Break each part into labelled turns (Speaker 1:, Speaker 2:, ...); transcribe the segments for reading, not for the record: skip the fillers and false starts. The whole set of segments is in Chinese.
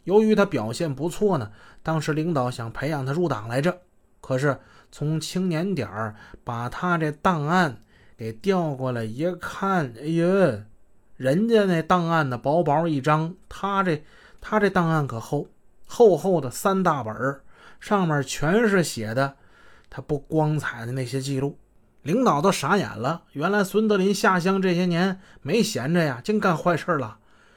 Speaker 1: 由于他表现不错呢，当时领导想培养他入党来着，可是从青年点把他这档案给调过来一看，哎呀，人家那档案呢薄薄一张，他这档案可厚厚的3大本，上面全是写的他不光彩的那些记录。领导都傻眼了，原来孙德林下乡这些年没闲着呀，净干坏事了。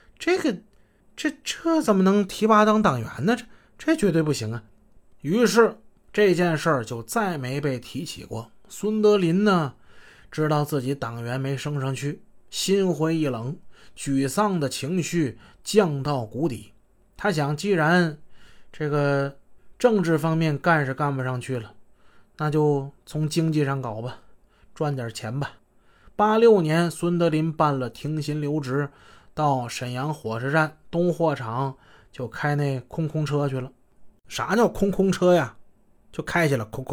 Speaker 1: 这怎么能提拔当党员呢？这绝对不行啊！于是这件事儿就再没被提起过。孙德林呢，知道自己党员没升上去，心灰意冷，沮丧的情绪降到谷底。他想，既然这个政治方面干是干不上去了，那就从经济上搞吧，赚点钱吧。86年，孙德林办了停薪留职，到沈阳火车站东货场就开那空车去了。啥叫空车呀？就开去了，空。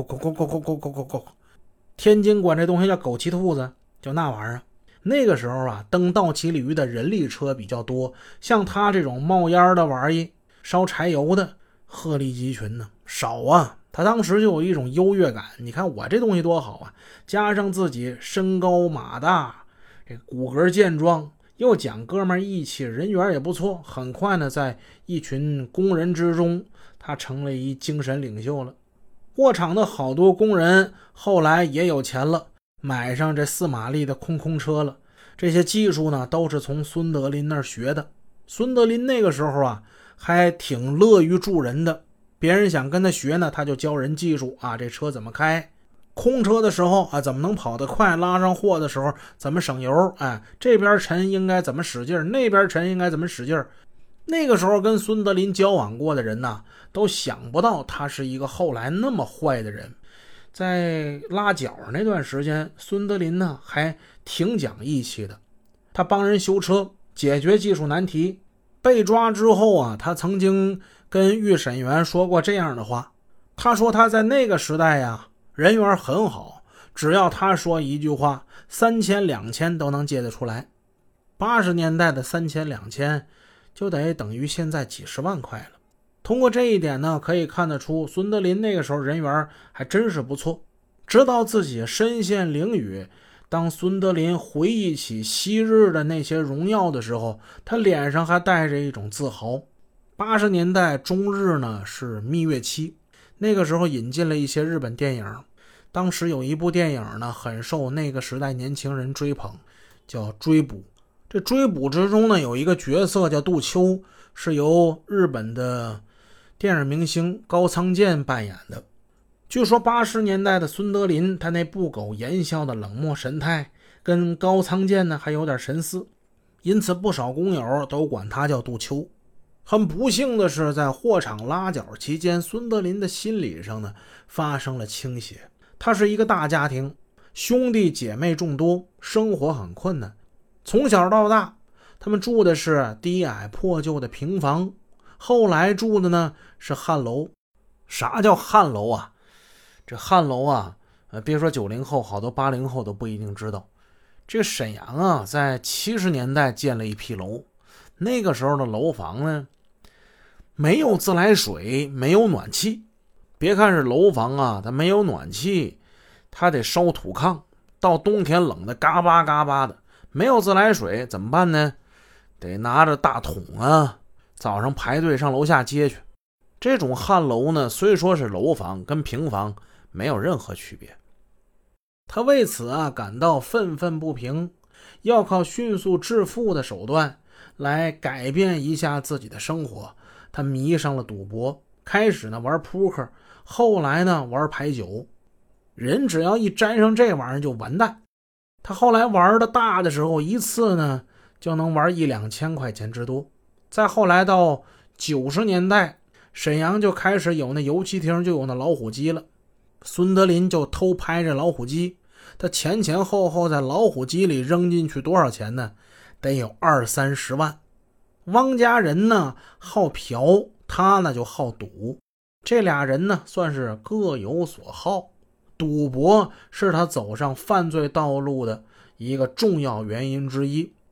Speaker 1: 天津管这东西叫枸杞兔子，就那玩意儿。那个时候啊，蹬倒骑驴的人力车比较多，像他这种冒烟的玩意、烧柴油的鹤立鸡群呢，少啊。他当时就有一种优越感，你看我这东西多好啊，加上自己身高马大，这骨骼健壮，又讲哥们义气，人缘也不错，很快呢在一群工人之中，他成了一精神领袖了。货场的好多工人后来也有钱了，买上这4马力的空车了。这些技术呢都是从孙德林那儿学的。孙德林那个时候啊还挺乐于助人的，别人想跟他学呢，他就教人技术啊，这车怎么开，空车的时候啊怎么能跑得快，拉上货的时候怎么省油，这边沉应该怎么使劲，那边沉应该怎么使劲。那个时候跟孙德林交往过的人呢，都想不到他是一个后来那么坏的人。在拉脚那段时间，孙德林呢还挺讲义气的，他帮人修车，解决技术难题。被抓之后啊，他曾经跟预审员说过这样的话，他说他在那个时代呀，人缘很好，只要他说一句话，3000、2000都能借得出来。80年代的3000、2000就得等于现在几十万块了。通过这一点呢，可以看得出孙德林那个时候人缘还真是不错。直到自己身陷囹圄，当孙德林回忆起昔日的那些荣耀的时候，他脸上还带着一种自豪。80年代中日呢是蜜月期，那个时候引进了一些日本电影，当时有一部电影呢很受那个时代年轻人追捧，叫《追捕》。这《追捕》之中呢有一个角色叫杜秋，是由日本的电影明星高仓健扮演的。据说80年代的孙德林，他那不苟言笑的冷漠神态跟高仓健呢还有点神似，因此不少工友都管他叫杜秋。很不幸的是，在货场拉脚期间，孙德林的心理上呢发生了倾斜。他是一个大家庭，兄弟姐妹众多，生活很困难。从小到大，他们住的是低矮破旧的平房，后来住的呢是汉楼。啥叫汉楼啊？这汉楼啊，别说90后，好多80后都不一定知道。这个沈阳啊，在70年代建了一批楼，那个时候的楼房呢，没有自来水，没有暖气。别看是楼房啊，它没有暖气，它得烧土炕，到冬天冷的嘎巴嘎巴的。没有自来水怎么办呢？得拿着大桶啊，早上排队上楼下接去。这种汉楼呢，虽说是楼房，跟平房没有任何区别。他为此啊感到愤愤不平，要靠迅速致富的手段来改变一下自己的生活。他迷上了赌博，开始呢玩扑克，后来呢玩牌九。人只要一沾上这玩意儿就完蛋。他后来玩的大的时候，一次呢就能玩1-2千块钱之多。再后来到90年代，沈阳就开始有那油漆厅，就有那老虎机了。孙德林就偷拍这老虎机，他前前后后在老虎机里扔进去多少钱呢？得有20-30万。汪家人呢好嫖，他呢就好赌，这俩人呢算是各有所好。赌博是他走上犯罪道路的一个重要原因之一。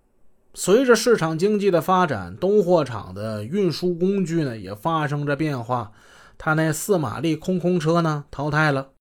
Speaker 1: 随着市场经济的发展，东货场的运输工具呢也发生着变化，他那4马力空车呢淘汰了，